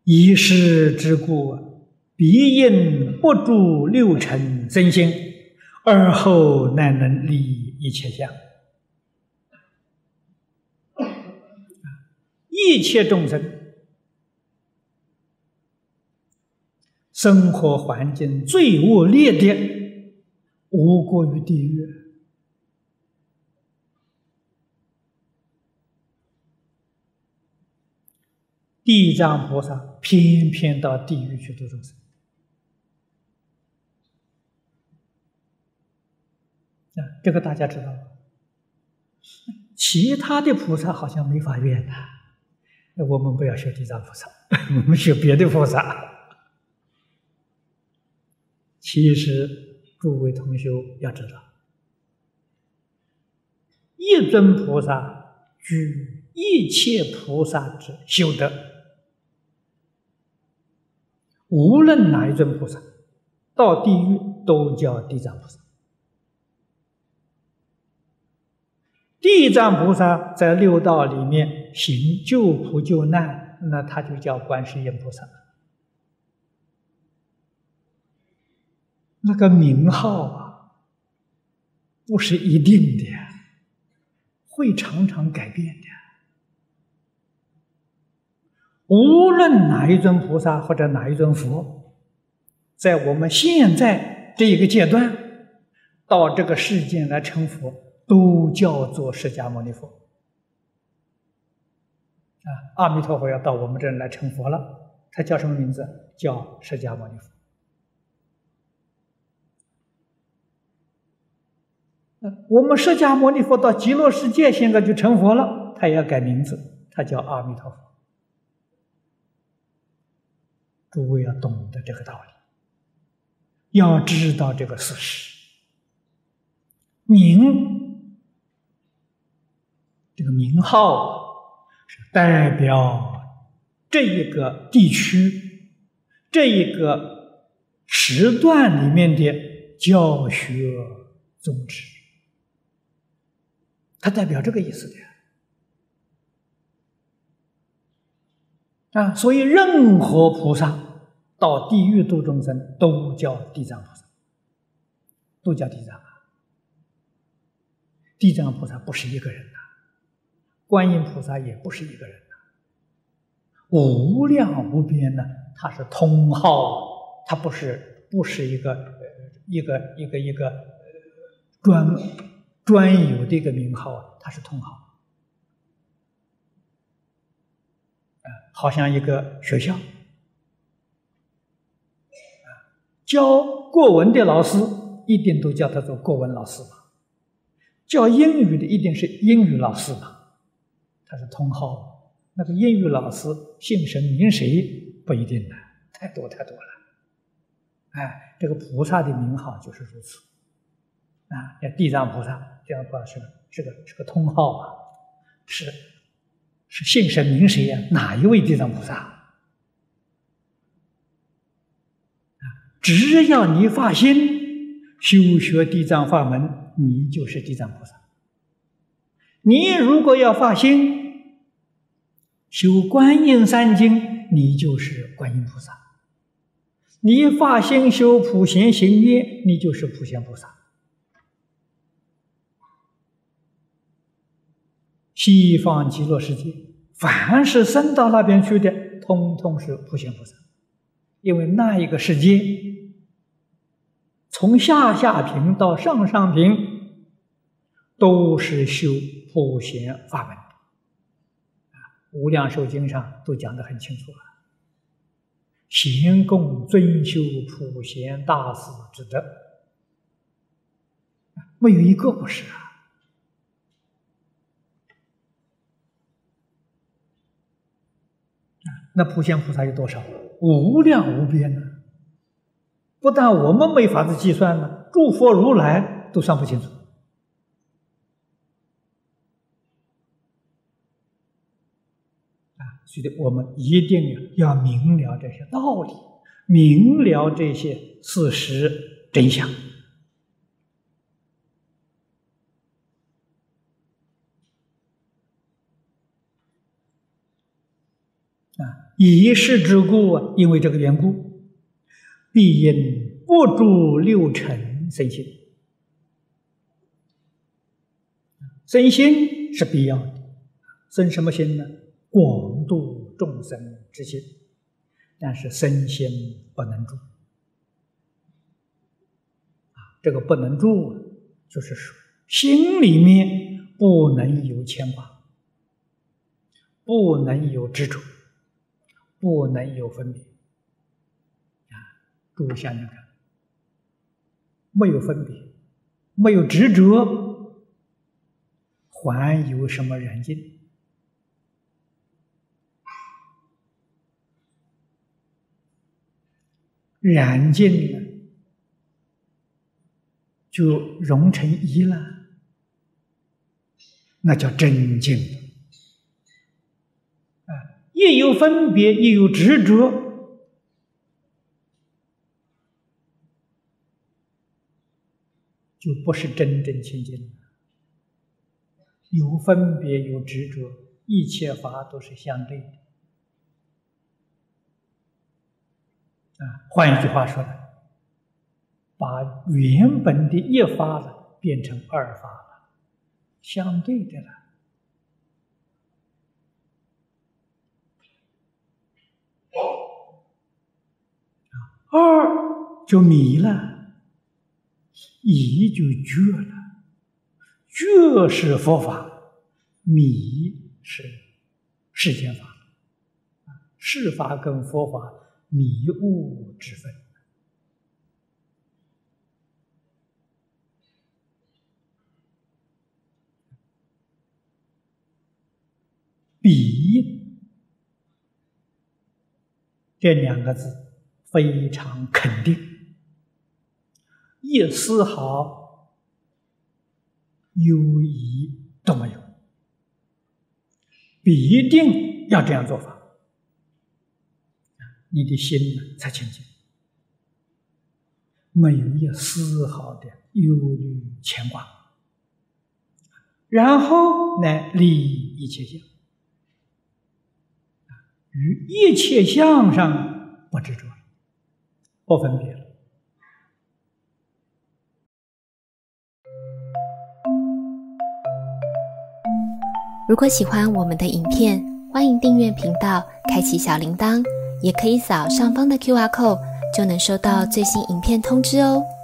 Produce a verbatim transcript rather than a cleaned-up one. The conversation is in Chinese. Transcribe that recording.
以是之故，必应不住六尘真心，而后乃能利一切相。一切众生生活环境最恶劣的，无过于地狱。地藏菩萨偏偏到地狱去度众生啊，这个大家知道。其他的菩萨好像没法愿呐，我们不要学地藏菩萨，我们学别的菩萨。其实，诸位同学要知道，一尊菩萨具一切菩萨之修德，无论哪一尊菩萨，到地狱都叫地藏菩萨。地藏菩萨在六道里面行救苦救难，那他就叫观世音菩萨。那个名号啊，不是一定的，会常常改变的。无论哪一尊菩萨或者哪一尊佛，在我们现在这一个阶段到这个世间来成佛，都叫做释迦牟尼佛。啊，阿弥陀佛要到我们这儿来成佛了，他叫什么名字？叫释迦牟尼佛。我们释迦牟尼佛到极乐世界现在就成佛了，他也要改名字，他叫阿弥陀佛。诸位要懂得这个道理，要知道这个事实。名，这个名号是代表这一个地区、这一个时段里面的教学宗旨，它代表这个意思的啊。所以任何菩萨到地狱度众生都叫地藏菩萨，都叫地藏啊。地藏菩萨不是一个人呐，观音菩萨也不是一个人呐，无量无边呢，它是通号，它不是不是一个一个一个一个专专有的一个名号，它是通号。啊，好像一个学校，啊，教国文的老师一定都叫他做国文老师嘛，教英语的一定是英语老师嘛，他是通号。那个英语老师姓神名谁不一定的，太多太多了。哎，这个菩萨的名号就是如此。啊，像地藏菩萨，地藏菩萨是个是个是个通号啊，是是姓神名谁呀？哪一位地藏菩萨？啊，只要你发心修学地藏法门，你就是地藏菩萨。你如果要发心修观音三经，你就是观音菩萨；你发心修普贤行愿，你就是普贤菩萨。西方极乐世界，凡是升到那边去的，通通是普贤菩萨，因为那一个世界，从下下品到上上品，都是修普贤法门。无量寿经上都讲得很清楚了，贤供尊修普贤大士之德，没有一个不是啊。那普贤菩萨有多少？无量无边呢！不但我们没法子计算呢，诸佛如来都算不清楚。啊，所以我们一定要明了这些道理，明了这些事实真相。 啊，以是之故啊，因为这个缘故，必因不住六尘生心。生心是必要的，生什么心呢？广度众生之心，但是生心不能住。这个不能住，就是说心里面不能有牵挂，不能有执着，不能有分别。啊，诸位想想看，没有分别，没有执着，还有什么染净？染净了，就融成一了，那叫真净。啊，一有分别，一有执着，就不是真正清净了。有分别，有执着，一切法都是相对的。啊，换一句话说呢，把原本的一法了变成二法了，相对的了。二就迷了，一就觉了，觉是佛法，迷是世间法。世法跟佛法迷悟之分。必这两个字非常肯定，一丝毫犹疑都没有，必定要这样做法，你的心才清净，没有一丝毫的忧虑牵挂，然后呢，利益一切相，于一切相上不执着了，不分别了。 如果喜欢我们的影片，欢迎订阅频道，开启小铃铛，也可以扫上方的 Q R code， 就能收到最新影片通知哦。